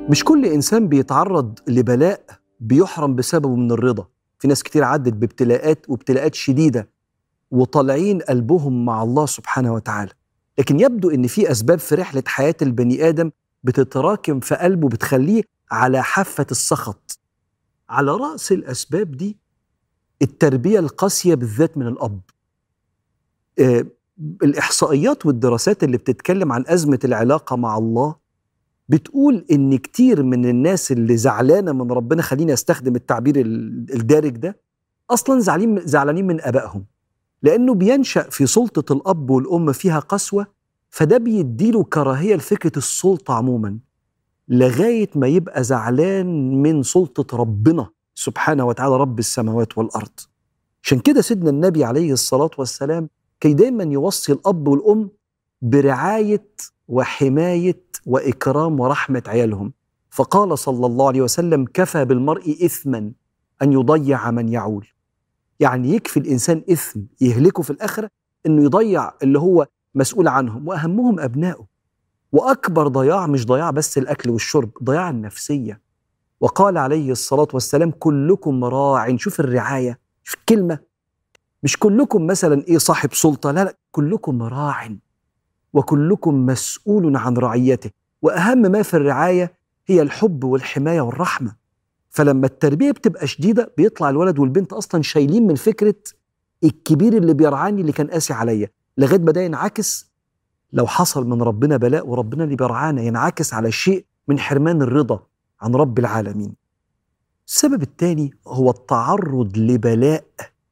مش كل إنسان بيتعرض لبلاء بيحرم بسببه من الرضا. في ناس كتير عدت وابتلاءات شديدة وطالعين قلبهم مع الله سبحانه وتعالى، لكن يبدو إن في أسباب في رحلة حياة البني آدم بتتراكم في قلبه بتخليه على حافة السخط. على رأس الأسباب دي التربية القاسية بالذات من الأب. الإحصائيات والدراسات اللي بتتكلم عن أزمة العلاقة مع الله بتقول إن كتير من الناس اللي زعلانة من ربنا، خليني أستخدم التعبير الدارج ده، أصلاً زعلانين من آبائهم، لأنه بينشأ في سلطة الأب والأم فيها قسوة، فده بيديله كراهية لفكرة السلطة عموماً لغاية ما يبقى زعلان من سلطة ربنا سبحانه وتعالى رب السماوات والأرض. عشان كده سيدنا النبي عليه الصلاة والسلام كي دايماً يوصي الأب والأم برعاية وحماية وإكرام ورحمة عيالهم، فقال صلى الله عليه وسلم: كفى بالمرء إثماً أن يضيع من يعول. يعني يكفي الإنسان إثم يهلكه في الآخرة إنه يضيع اللي هو مسؤول عنهم، وأهمهم أبنائه. وأكبر ضياع مش ضياع بس الأكل والشرب، ضياع النفسية. وقال عليه الصلاة والسلام: كلكم راع. شوف الرعاية، شوف الكلمة، مش كلكم مثلا صاحب سلطة، لا، كلكم راع وكلكم مسؤول عن رعيته. وأهم ما في الرعاية هي الحب والحماية والرحمة. فلما التربية بتبقى شديدة بيطلع الولد والبنت أصلا شايلين من فكرة الكبير اللي بيرعاني اللي كان قاسي عليا، لغاية ما ده ينعكس لو حصل من ربنا بلاء وربنا اللي بيرعانا، ينعكس على شيء من حرمان الرضا عن رب العالمين. السبب الثاني هو التعرض لبلاء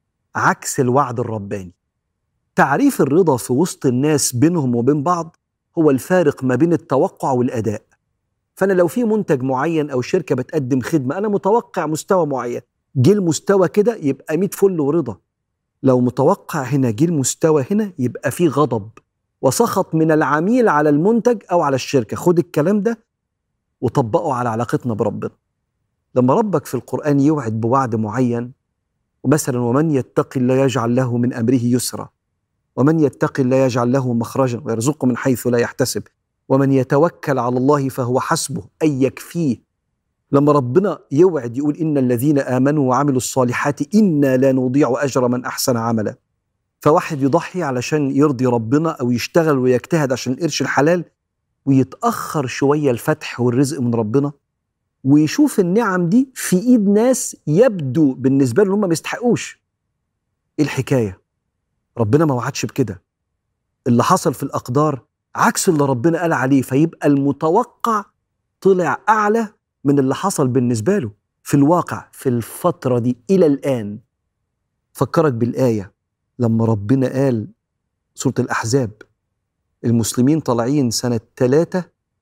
عكس الوعد الرباني. تعريف الرضا في وسط الناس بينهم وبين بعض هو الفارق ما بين التوقع والأداء. فأنا لو في منتج معين أو شركة بتقدم خدمة أنا متوقع مستوى معين، جه المستوى كده يبقى 100 فل ورضا. لو متوقع هنا جه المستوى هنا يبقى في غضب وسخط من العميل على المنتج أو على الشركة. خد الكلام ده وطبقه على علاقتنا بربنا. لما ربك في القرآن يوعد بوعد معين، ومثلا: ومن يتق الله يجعل له من أمره يسرا، ومن يتق الله يجعل له مخرجا ويرزقه من حيث لا يحتسب، ومن يتوكل على الله فهو حسبه أي يكفيه. لما ربنا يوعد يقول: إن الذين آمنوا وعملوا الصالحات إنا لا نضيع أجر من أحسن عملا. فواحد يضحي علشان يرضي ربنا أو يشتغل ويجتهد عشان القرش الحلال، ويتأخر شوية الفتح والرزق من ربنا، ويشوف النعم دي في إيد ناس يبدو بالنسبة له هم ما يستحقوش. إيه الحكاية؟ ربنا ما وعدش بكده. اللي حصل في الأقدار عكس اللي ربنا قال عليه، فيبقى المتوقع طلع أعلى من اللي حصل بالنسبة له في الواقع في الفترة دي إلى الآن. فكرك بالآية لما ربنا قال سورة الأحزاب: المسلمين طالعين سنة 3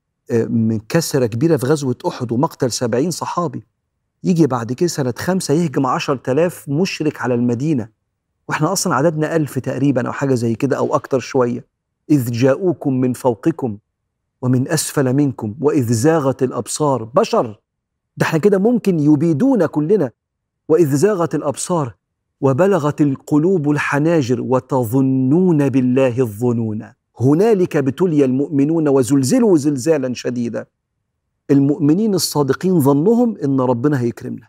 من كسرة كبيرة في غزوة أحد ومقتل 70 صحابي، يجي بعد كده سنة 5 يهجم 10,000 مشرك على المدينة، وإحنا أصلا عددنا 1000 تقريبا أو حاجة زي كده أو أكتر شوية. إذ جاءوكم من فوقكم ومن أسفل منكم وإذ زاغت الأبصار. بشر، ده احنا كده ممكن يبيدونا كلنا. وإذ زاغت الأبصار وبلغت القلوب الحناجر وتظنون بالله الظنون هنالك ابتلي المؤمنون وزلزلوا زلزالا شديدا. المؤمنين الصادقين ظنهم إن ربنا هيكرمنا،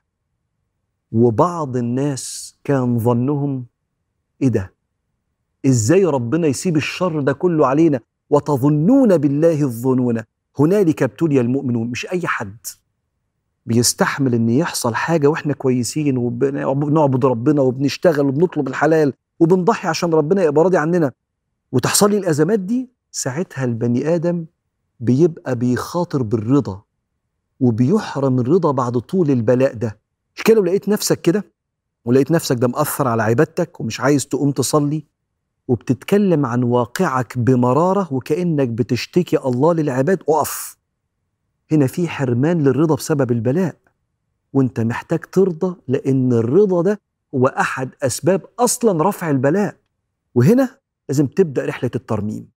وبعض الناس كان ظنهم: إيه ده؟ إزاي ربنا يسيب الشر ده كله علينا؟ وتظنون بالله الظنون هنالك ابتلي المؤمنون. مش أي حد بيستحمل إن يحصل حاجة وإحنا كويسين وبنعبد ربنا وبنشتغل وبنطلب الحلال وبنضحي عشان ربنا يبقى راضي عننا، وتحصل لي الأزمات دي. ساعتها البني آدم بيبقى بيخاطر بالرضا وبيحرم الرضا بعد طول البلاء ده. مش كده؟ لو لقيت نفسك كده ولقيت نفسك ده مأثر على عبادتك ومش عايز تقوم تصلي وبتتكلم عن واقعك بمرارة وكأنك بتشتكي الله للعباد، أقف. هنا في حرمان للرضا بسبب البلاء، وانت محتاج ترضى، لأن الرضا ده هو أحد أسباب أصلا رفع البلاء. وهنا لازم تبدأ رحلة الترميم.